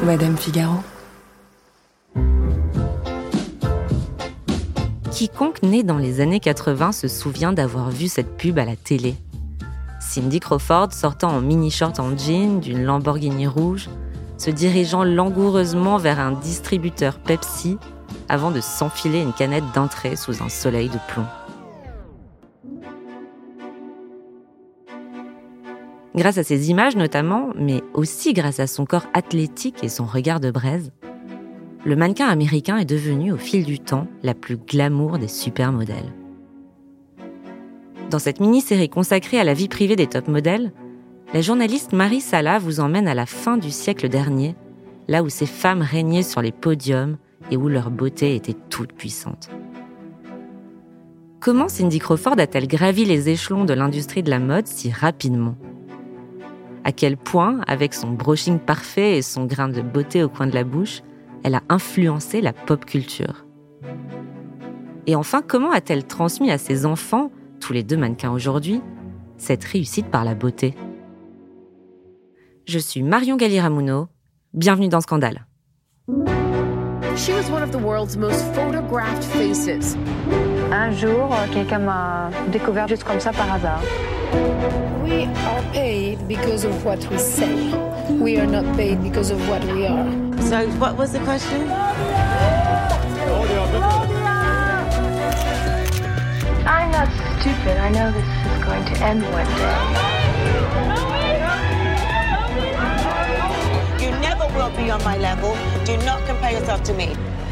Madame Figaro. Quiconque né dans les années 80 se souvient d'avoir vu cette pub à la télé. Cindy Crawford sortant en mini-short en jean d'une Lamborghini rouge, se dirigeant langoureusement vers un distributeur Pepsi avant de s'enfiler une canette d'entrée sous un soleil de plomb. Grâce à ces images notamment, mais aussi grâce à son corps athlétique et son regard de braise, le mannequin américain est devenu au fil du temps la plus glamour des supermodèles. Dans cette mini-série consacrée à la vie privée des top modèles, la journaliste Marie Sala vous emmène à la fin du siècle dernier, là où ces femmes régnaient sur les podiums et où leur beauté était toute puissante. Comment Cindy Crawford a-t-elle gravi les échelons de l'industrie de la mode si rapidement ? À quel point, avec son brushing parfait et son grain de beauté au coin de la bouche, elle a influencé la pop culture. Et enfin, comment a-t-elle transmis à ses enfants, tous les deux mannequins aujourd'hui, cette réussite par la beauté ? Je suis Marion Galli-Ramuno, bienvenue dans Scandale. She was one of the world's most photographed faces. Un jour, quelqu'un m'a découvert juste comme ça par hasard. We are paid because of what we say. We are not paid because of what we are. So, what was the question? I'm not stupid. I know this is going to end one day. You never will be on my level. Do not compare yourself to me.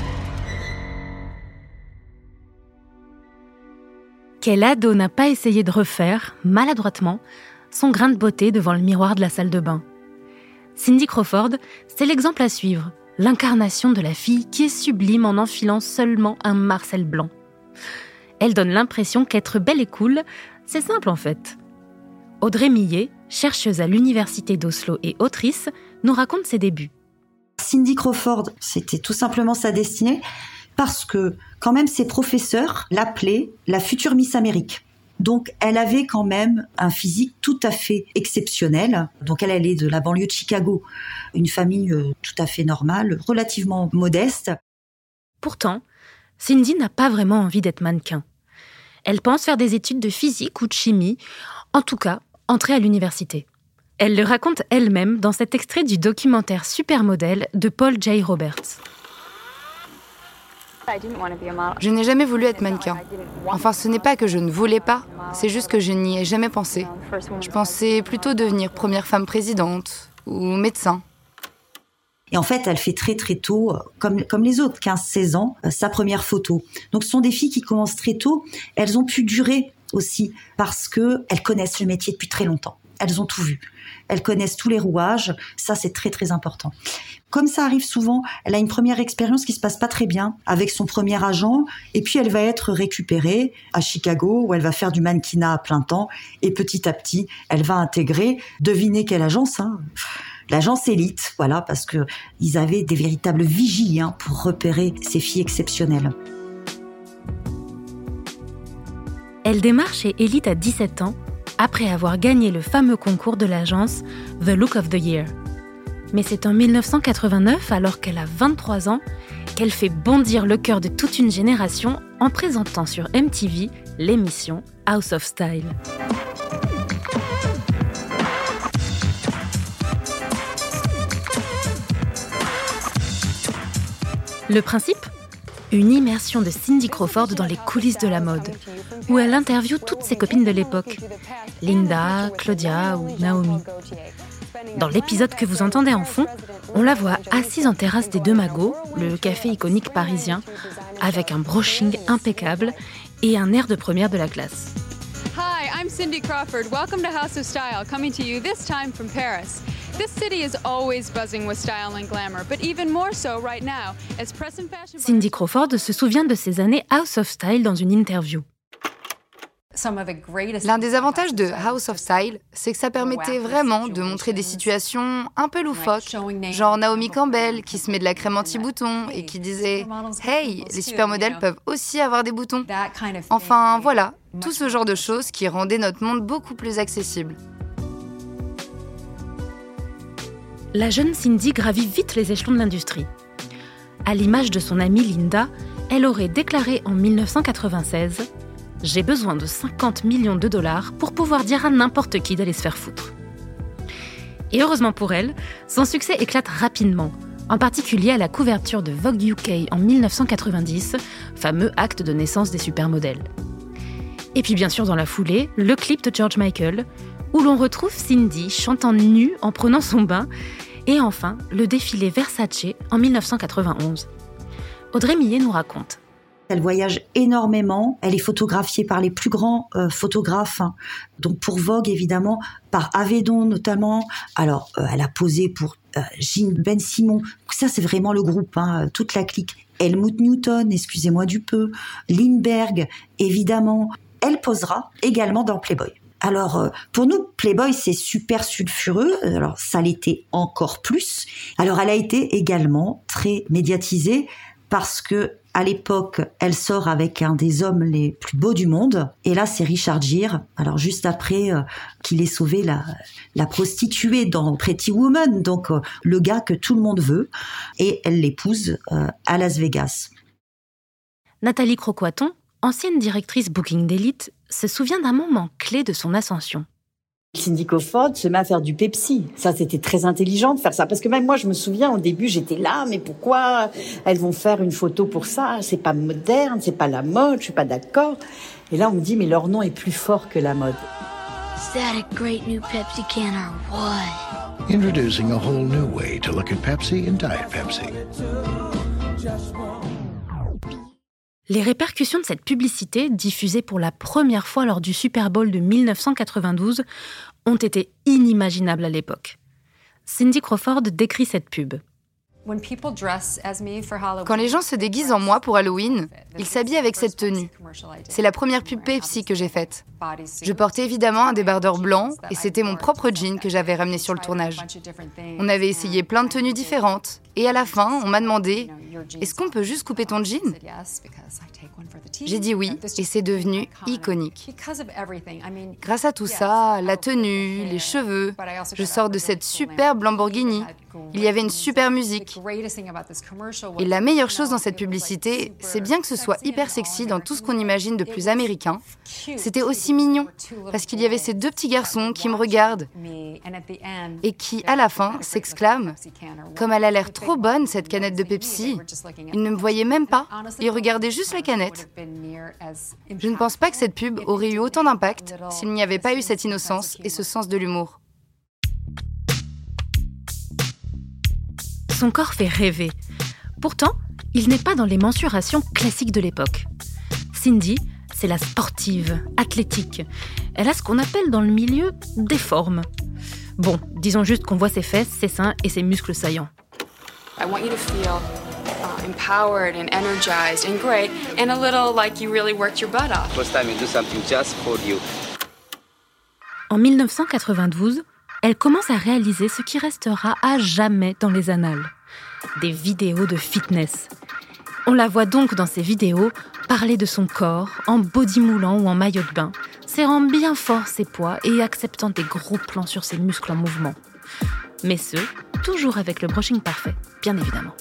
Quel ado n'a pas essayé de refaire, maladroitement, son grain de beauté devant le miroir de la salle de bain ? Cindy Crawford, c'est l'exemple à suivre, l'incarnation de la fille qui est sublime en enfilant seulement un Marcel blanc. Elle donne l'impression qu'être belle et cool, c'est simple en fait. Audrey Millet, chercheuse à l'université d'Oslo et autrice, nous raconte ses débuts. Cindy Crawford, c'était tout simplement sa destinée parce que quand même ses professeurs l'appelaient la future Miss Amérique. Donc elle avait quand même un physique tout à fait exceptionnel. Donc elle est de la banlieue de Chicago, une famille tout à fait normale, relativement modeste. Pourtant, Cindy n'a pas vraiment envie d'être mannequin. Elle pense faire des études de physique ou de chimie, en tout cas entrer à l'université. Elle le raconte elle-même dans cet extrait du documentaire Supermodel de Paul J. Roberts. Je n'ai jamais voulu être mannequin. Enfin, ce n'est pas que je ne voulais pas, c'est juste que je n'y ai jamais pensé. Je pensais plutôt devenir première femme présidente ou médecin. Et en fait, elle fait très très tôt, comme les autres, 15-16 ans, sa première photo. Donc ce sont des filles qui commencent très tôt. Elles ont pu durer aussi parce qu'elles connaissent le métier depuis très longtemps. Elles ont tout vu. Elles connaissent tous les rouages. Ça, c'est très très important. Comme ça arrive souvent, elle a une première expérience qui se passe pas très bien avec son premier agent, et puis elle va être récupérée à Chicago où elle va faire du mannequinat à plein temps, et petit à petit, elle va intégrer, devinez quelle agence, l'agence Élite, voilà, parce que ils avaient des véritables vigies pour repérer ces filles exceptionnelles. Elle démarre chez Élite à 17 ans, après avoir gagné le fameux concours de l'agence The Look of the Year. Mais c'est en 1989, alors qu'elle a 23 ans, qu'elle fait bondir le cœur de toute une génération en présentant sur MTV l'émission House of Style. Le principe ? Une immersion de Cindy Crawford dans les coulisses de la mode, où elle interviewe toutes ses copines de l'époque, Linda, Claudia ou Naomi. Dans l'épisode que vous entendez en fond, on la voit assise en terrasse des Deux Magots, le café iconique parisien, avec un brushing impeccable et un air de première de la classe. Hi, I'm Cindy Crawford. Welcome to House of Style, coming to you this time from Paris. This city is always buzzing with style and glamour, but even more so right now, as press and fashion... Cindy Crawford se souvient de ses années House of Style dans une interview. L'un des avantages de House of Style, c'est que ça permettait vraiment de montrer des situations un peu loufoques, genre Naomi Campbell qui se met de la crème anti-boutons et qui disait « Hey, les supermodèles peuvent aussi avoir des boutons ». Enfin, voilà, tout ce genre de choses qui rendaient notre monde beaucoup plus accessible. la jeune Cindy gravit vite les échelons de l'industrie. À l'image de son amie Linda, elle aurait déclaré en 1996 « J'ai besoin de 50 millions de dollars pour pouvoir dire à n'importe qui d'aller se faire foutre ». Et heureusement pour elle, son succès éclate rapidement, en particulier à la couverture de Vogue UK en 1990, fameux acte de naissance des supermodèles. Et puis bien sûr dans la foulée, le clip de George Michael, où l'on retrouve Cindy chantant nue en prenant son bain, et enfin le défilé Versace en 1991. Audrey Millet nous raconte. Elle voyage énormément, elle est photographiée par les plus grands photographes, hein. Donc pour Vogue évidemment, par Avedon notamment. Alors elle a posé pour Jean Ben Simon, ça c'est vraiment le groupe, hein, toute la clique. Helmut Newton, excusez-moi du peu, Lindbergh évidemment. Elle posera également dans Playboy. Alors, pour nous, Playboy, c'est super sulfureux. Alors, ça l'était encore plus. Alors, elle a été également très médiatisée parce que, à l'époque, elle sort avec un des hommes les plus beaux du monde. Et là, c'est Richard Gere. Alors, juste après qu'il ait sauvé la prostituée dans Pretty Woman. Donc, le gars que tout le monde veut. Et elle l'épouse à Las Vegas. Nathalie Crocoiton, ancienne directrice booking d'élite, se souvient d'un moment clé de son ascension. Cindy Crawford se met à faire du Pepsi. Ça, c'était très intelligent de faire ça. Parce que même moi, je me souviens, au début, j'étais là, mais pourquoi elles vont faire une photo pour ça? C'est pas moderne, c'est pas la mode, je suis pas d'accord. Et là, on me dit, mais leur nom est plus fort que la mode. Is that a great new Pepsi can or what? Introducing a whole new way to look at Pepsi and Diet Pepsi. Les répercussions de cette publicité, diffusée pour la première fois lors du Super Bowl de 1992, ont été inimaginables à l'époque. Cindy Crawford décrit cette pub. Quand les gens se déguisent en moi pour Halloween, ils s'habillent avec cette tenue. C'est la première pub Pepsi que j'ai faite. Je portais évidemment un débardeur blanc et c'était mon propre jean que j'avais ramené sur le tournage. On avait essayé plein de tenues différentes et à la fin, on m'a demandé « Est-ce qu'on peut juste couper ton jean ?» J'ai dit oui et c'est devenu iconique. Grâce à tout ça, la tenue, les cheveux, je sors de cette superbe Lamborghini. Il y avait une super musique. Et la meilleure chose dans cette publicité, c'est bien que ce soit hyper sexy dans tout ce qu'on imagine de plus américain. C'était aussi mignon, parce qu'il y avait ces deux petits garçons qui me regardent et qui, à la fin, s'exclament « Comme elle a l'air trop bonne, cette canette de Pepsi !» Ils ne me voyaient même pas, ils regardaient juste la canette. Je ne pense pas que cette pub aurait eu autant d'impact s'il n'y avait pas eu cette innocence et ce sens de l'humour. Son corps fait rêver. Pourtant, il n'est pas dans les mensurations classiques de l'époque. Cindy, c'est la sportive, athlétique. Elle a ce qu'on appelle dans le milieu des formes. Bon, disons juste qu'on voit ses fesses, ses seins et ses muscles saillants. I want you to feel empowered and energized and great and a little like you really worked your butt off. First time you do something just for you. En 1992, elle commence à réaliser ce qui restera à jamais dans les annales. Des vidéos de fitness. On la voit donc dans ces vidéos parler de son corps, en body moulant ou en maillot de bain, serrant bien fort ses poids et acceptant des gros plans sur ses muscles en mouvement. Mais toujours avec le brushing parfait, bien évidemment.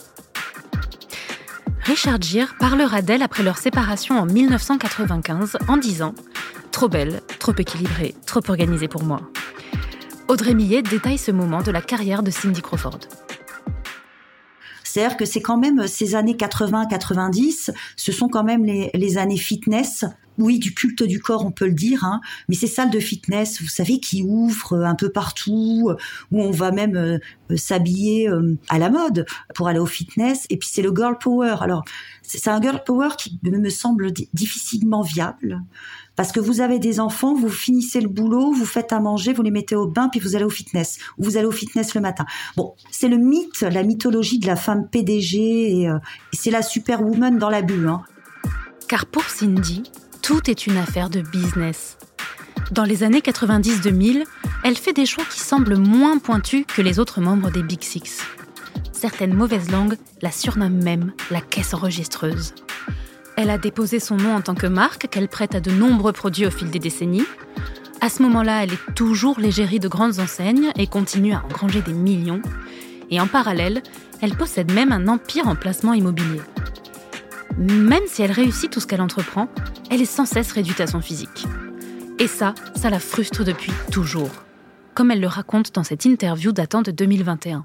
Richard Gere parlera d'elle après leur séparation en 1995 en disant « Trop belle, trop équilibrée, trop organisée pour moi ». Audrey Millet détaille ce moment de la carrière de Cindy Crawford. C'est-à-dire que c'est quand même ces années 80-90, ce sont quand même les années fitness. Oui, du culte du corps, on peut le dire, hein, mais ces salles de fitness, vous savez, qui ouvrent un peu partout, où on va même s'habiller à la mode pour aller au fitness. Et puis c'est le girl power. Alors, c'est un girl power qui me semble difficilement viable. Parce que vous avez des enfants, vous finissez le boulot, vous faites à manger, vous les mettez au bain, puis vous allez au fitness. Ou vous allez au fitness le matin. Bon, c'est le mythe, la mythologie de la femme PDG, et c'est la superwoman dans la bulle. Hein. Car pour Cindy, tout est une affaire de business. Dans les années 90-2000, elle fait des choix qui semblent moins pointus que les autres membres des Big Six. Certaines mauvaises langues la surnomment même la caisse enregistreuse. Elle a déposé son nom en tant que marque qu'elle prête à de nombreux produits au fil des décennies. À ce moment-là, elle est toujours l'égérie de grandes enseignes et continue à engranger des millions. Et en parallèle, elle possède même un empire en placement immobilier. Même si elle réussit tout ce qu'elle entreprend, elle est sans cesse réduite à son physique. Et ça la frustre depuis toujours, comme elle le raconte dans cette interview datant de 2021.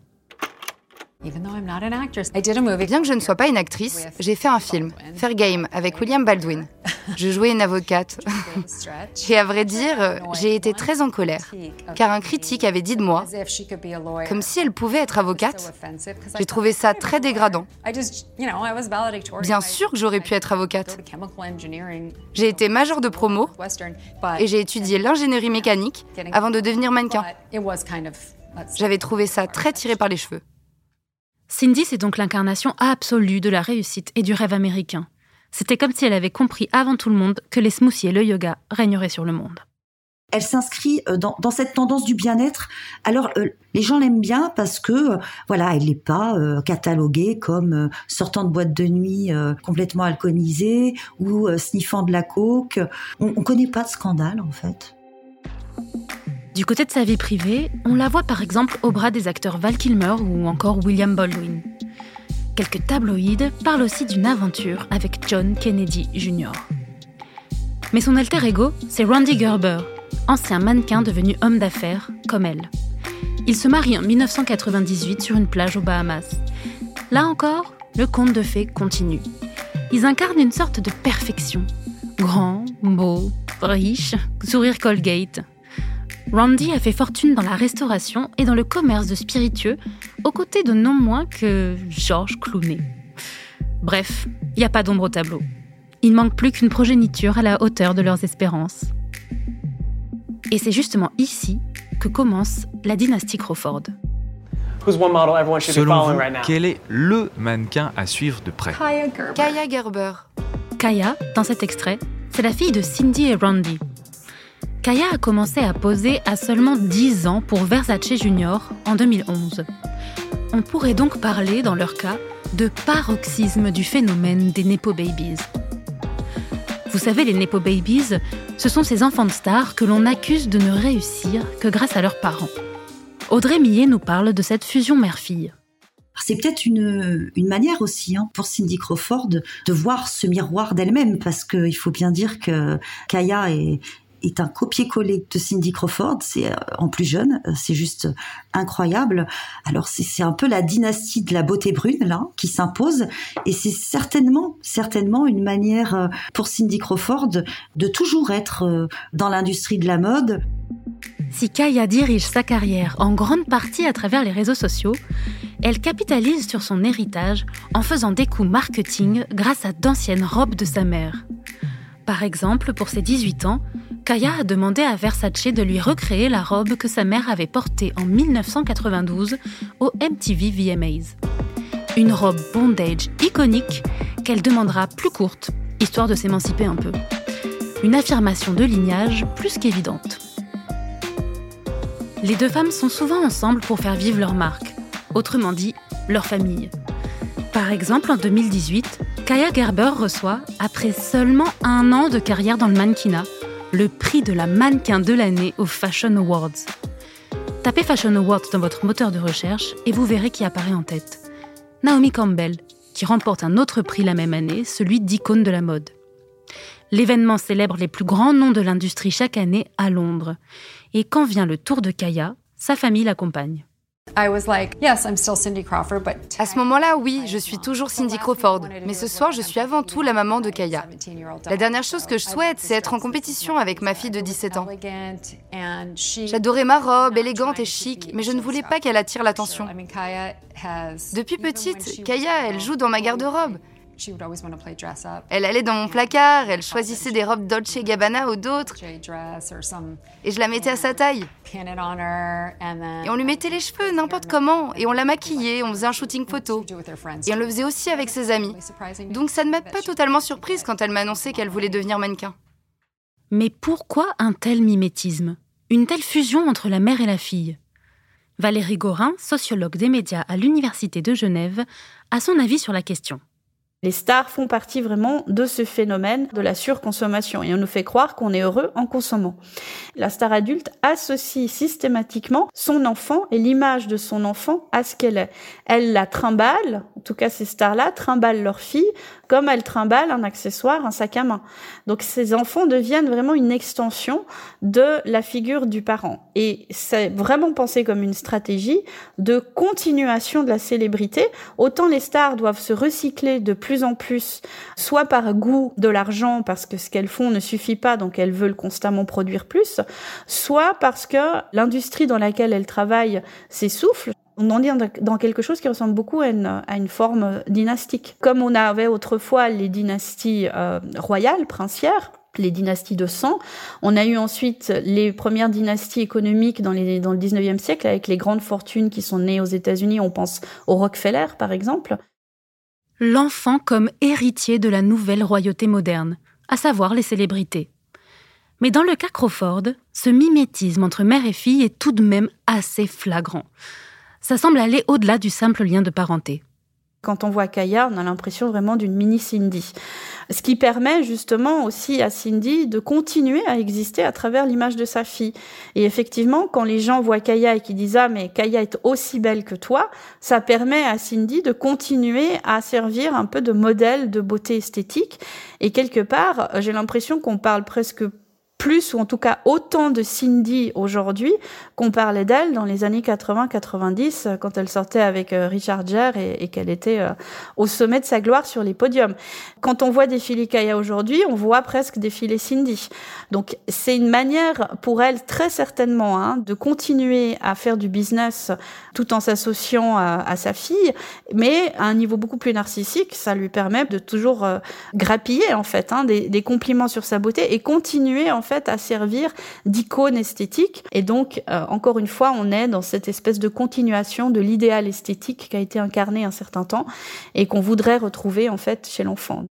Bien que je ne sois pas une actrice, j'ai fait un film, Fair Game, avec William Baldwin. Je jouais une avocate. Et à vrai dire, j'ai été très en colère, car un critique avait dit de moi, comme si elle pouvait être avocate. J'ai trouvé ça très dégradant. Bien sûr que j'aurais pu être avocate. J'ai été majeure de promo et j'ai étudié l'ingénierie mécanique avant de devenir mannequin. J'avais trouvé ça très tiré par les cheveux. Cindy, c'est donc l'incarnation absolue de la réussite et du rêve américain. C'était comme si elle avait compris avant tout le monde que les smoothies et le yoga régneraient sur le monde. Elle s'inscrit dans cette tendance du bien-être. Alors, les gens l'aiment bien parce que, elle n'est pas cataloguée comme sortant de boîte de nuit complètement alcoolisée ou sniffant de la coke. On ne connaît pas de scandale, en fait. Du côté de sa vie privée, on la voit par exemple au bras des acteurs Val Kilmer ou encore William Baldwin. Quelques tabloïds parlent aussi d'une aventure avec John Kennedy Jr. Mais son alter ego, c'est Randy Gerber, ancien mannequin devenu homme d'affaires, comme elle. Ils se marient en 1998 sur une plage aux Bahamas. Là encore, le conte de fées continue. Ils incarnent une sorte de perfection. Grand, beau, riche, sourire Colgate. Randy a fait fortune dans la restauration et dans le commerce de spiritueux, aux côtés de non moins que George Clooney. Bref, il n'y a pas d'ombre au tableau. Il ne manque plus qu'une progéniture à la hauteur de leurs espérances. Et c'est justement ici que commence la dynastie Crawford. Selon vous, quel est le mannequin à suivre de près ? Kaia Gerber. Kaia, dans cet extrait, c'est la fille de Cindy et Randy. Kaia a commencé à poser à seulement 10 ans pour Versace Junior en 2011. On pourrait donc parler, dans leur cas, de paroxysme du phénomène des Nepo Babies. Vous savez, les Nepo Babies, ce sont ces enfants de stars que l'on accuse de ne réussir que grâce à leurs parents. Audrey Millet nous parle de cette fusion mère-fille. C'est peut-être une manière aussi pour Cindy Crawford de voir ce miroir d'elle-même, parce qu'il faut bien dire que Kaia est un copier-coller de Cindy Crawford, c'est en plus jeune, c'est juste incroyable. Alors c'est un peu la dynastie de la beauté brune là qui s'impose, et c'est certainement une manière pour Cindy Crawford de toujours être dans l'industrie de la mode. Si Kaia dirige sa carrière en grande partie à travers les réseaux sociaux, elle capitalise sur son héritage en faisant des coups marketing grâce à d'anciennes robes de sa mère. Par exemple, pour ses 18 ans, Kaia a demandé à Versace de lui recréer la robe que sa mère avait portée en 1992 au MTV VMAs. Une robe bondage iconique qu'elle demandera plus courte, histoire de s'émanciper un peu. Une affirmation de lignage plus qu'évidente. Les deux femmes sont souvent ensemble pour faire vivre leur marque, autrement dit, leur famille. Par exemple, en 2018, Kaia Gerber reçoit, après seulement 1 an de carrière dans le mannequinat, le prix de la mannequin de l'année aux Fashion Awards. Tapez Fashion Awards dans votre moteur de recherche et vous verrez qui apparaît en tête. Naomi Campbell, qui remporte un autre prix la même année, celui d'icône de la mode. L'événement célèbre les plus grands noms de l'industrie chaque année à Londres. Et quand vient le tour de Kaia, sa famille l'accompagne. À ce moment-là, oui, je suis toujours Cindy Crawford, mais ce soir, je suis avant tout la maman de Kaia. La dernière chose que je souhaite, c'est être en compétition avec ma fille de 17 ans. J'adorais ma robe, élégante et chic, mais je ne voulais pas qu'elle attire l'attention. Depuis petite, Kaia, elle joue dans ma garde-robe. Elle allait dans mon placard, elle choisissait des robes Dolce & Gabbana ou d'autres, et je la mettais à sa taille. Et on lui mettait les cheveux n'importe comment, et on la maquillait, on faisait un shooting photo. Et on le faisait aussi avec ses amis. Donc ça ne m'a pas totalement surprise quand elle m'a annoncé qu'elle voulait devenir mannequin. Mais pourquoi un tel mimétisme ? Une telle fusion entre la mère et la fille ? Valérie Gorin, sociologue des médias à l'Université de Genève, a son avis sur la question. Les stars font partie vraiment de ce phénomène de la surconsommation et on nous fait croire qu'on est heureux en consommant. La star adulte associe systématiquement son enfant et l'image de son enfant à ce qu'elle est. Elle la trimballe, en tout cas ces stars-là trimballent leur fille comme elles trimballent un accessoire, un sac à main. Donc ces enfants deviennent vraiment une extension de la figure du parent. Et c'est vraiment pensé comme une stratégie de continuation de la célébrité. Autant les stars doivent se recycler de plus en plus, soit par goût de l'argent, parce que ce qu'elles font ne suffit pas, donc elles veulent constamment produire plus, soit parce que l'industrie dans laquelle elles travaillent s'essouffle. On en est dans quelque chose qui ressemble beaucoup à une forme dynastique. Comme on avait autrefois les dynasties royales, princières, les dynasties de sang. On a eu ensuite les premières dynasties économiques dans le 19e siècle avec les grandes fortunes qui sont nées aux États-Unis. On pense au Rockefeller, par exemple. L'enfant comme héritier de la nouvelle royauté moderne, à savoir les célébrités. Mais dans le cas Crawford, ce mimétisme entre mère et fille est tout de même assez flagrant. Ça semble aller au-delà du simple lien de parenté. Quand on voit Kaya, on a l'impression vraiment d'une mini Cindy. Ce qui permet justement aussi à Cindy de continuer à exister à travers l'image de sa fille. Et effectivement, quand les gens voient Kaya et qu'ils disent « Ah, mais Kaya est aussi belle que toi », ça permet à Cindy de continuer à servir un peu de modèle de beauté esthétique. Et quelque part, j'ai l'impression qu'on parle presque plus, ou en tout cas autant de Cindy aujourd'hui qu'on parlait d'elle dans les années 80-90 quand elle sortait avec Richard Gere et qu'elle était au sommet de sa gloire sur les podiums. Quand on voit défiler Kaya aujourd'hui, on voit presque défiler Cindy. Donc c'est une manière pour elle très certainement de continuer à faire du business tout en s'associant à sa fille, mais à un niveau beaucoup plus narcissique, ça lui permet de toujours grappiller en fait des compliments sur sa beauté et continuer en fait à servir d'icône esthétique. Et donc, encore une fois, on est dans cette espèce de continuation de l'idéal esthétique qui a été incarné un certain temps et qu'on voudrait retrouver en fait chez l'enfant.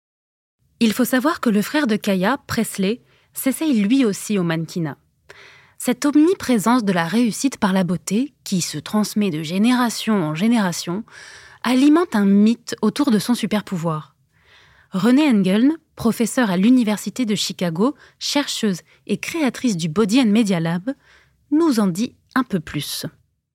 Il faut savoir que le frère de Kaya, Presley, s'essaye lui aussi au mannequinat. Cette omniprésence de la réussite par la beauté, qui se transmet de génération en génération, alimente un mythe autour de son super-pouvoir. Renée Engeln, professeure à l'Université de Chicago, chercheuse et créatrice du Body and Media Lab, nous en dit un peu plus.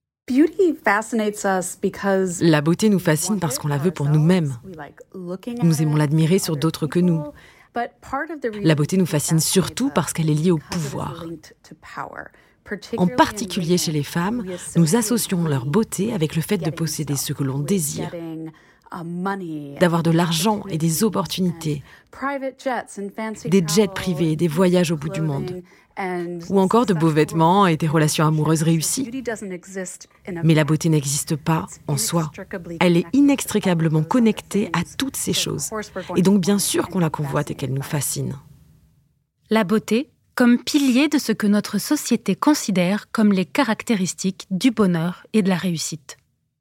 La beauté nous fascine parce qu'on la veut pour nous-mêmes. Nous aimons l'admirer sur d'autres que nous. La beauté nous fascine surtout parce qu'elle est liée au pouvoir. En particulier chez les femmes, nous associons leur beauté avec le fait de posséder ce que l'on désire, d'avoir de l'argent et des opportunités, des jets privés, des voyages au bout du monde, ou encore de beaux vêtements et des relations amoureuses réussies. Mais la beauté n'existe pas en soi. Elle est inextricablement connectée à toutes ces choses. Et donc bien sûr qu'on la convoite et qu'elle nous fascine. La beauté comme pilier de ce que notre société considère comme les caractéristiques du bonheur et de la réussite.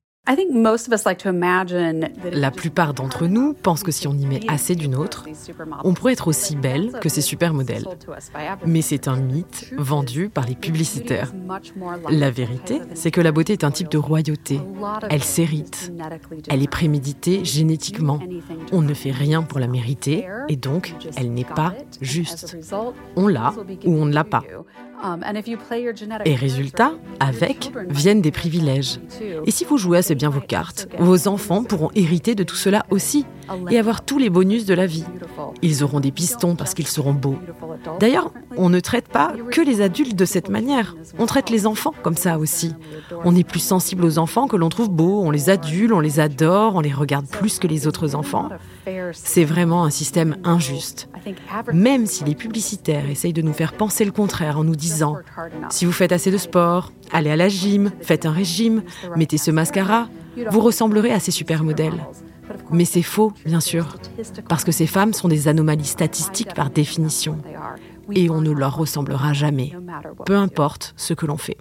La plupart d'entre nous pensent que si on y met assez d'une autre, on pourrait être aussi belle que ces supermodèles. Mais c'est un mythe vendu par les publicitaires. La vérité, c'est que la beauté est un type de royauté. Elle s'hérite. Elle est préméditée génétiquement. On ne fait rien pour la mériter et donc elle n'est pas juste. On l'a ou on ne l'a pas. Et résultat, avec, viennent des privilèges. Et si vous jouez assez bien vos cartes, vos enfants pourront hériter de tout cela aussi et avoir tous les bonus de la vie. Ils auront des pistons parce qu'ils seront beaux. D'ailleurs, on ne traite pas que les adultes de cette manière. On traite les enfants comme ça aussi. On est plus sensible aux enfants que l'on trouve beaux. On les adule, on les adore, on les regarde plus que les autres enfants. C'est vraiment un système injuste. Même si les publicitaires essayent de nous faire penser le contraire en nous disant « Si vous faites assez de sport, allez à la gym, faites un régime, mettez ce mascara, vous ressemblerez à ces supermodèles. » Mais c'est faux, bien sûr, parce que ces femmes sont des anomalies statistiques par définition. Et on ne leur ressemblera jamais, peu importe ce que l'on fait.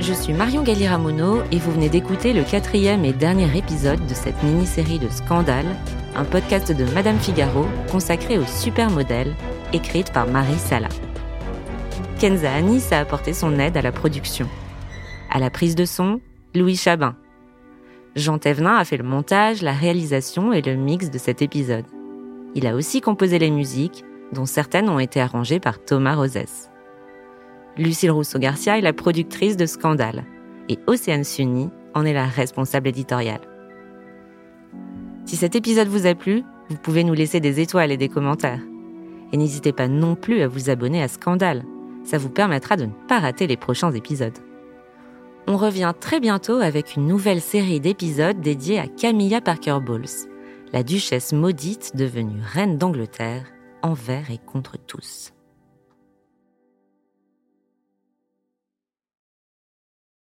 Je suis Marion Galli-Ramono et vous venez d'écouter le 4e et dernier épisode de cette mini-série de Scandale, un podcast de Madame Figaro consacré aux supermodèles, écrite par Marie Sala. Kenza Anis a apporté son aide à la production. À la prise de son, Louis Chabin. Jean Thévenin a fait le montage, la réalisation et le mix de cet épisode. Il a aussi composé les musiques, dont certaines ont été arrangées par Thomas Rosès. Lucille Rousseau-Garcia est la productrice de Scandale et Océane Sunny en est la responsable éditoriale. Si cet épisode vous a plu, vous pouvez nous laisser des étoiles et des commentaires. Et n'hésitez pas non plus à vous abonner à Scandale. Ça vous permettra de ne pas rater les prochains épisodes. On revient très bientôt avec une nouvelle série d'épisodes dédiés à Camilla Parker Bowles, la duchesse maudite devenue reine d'Angleterre envers et contre tous.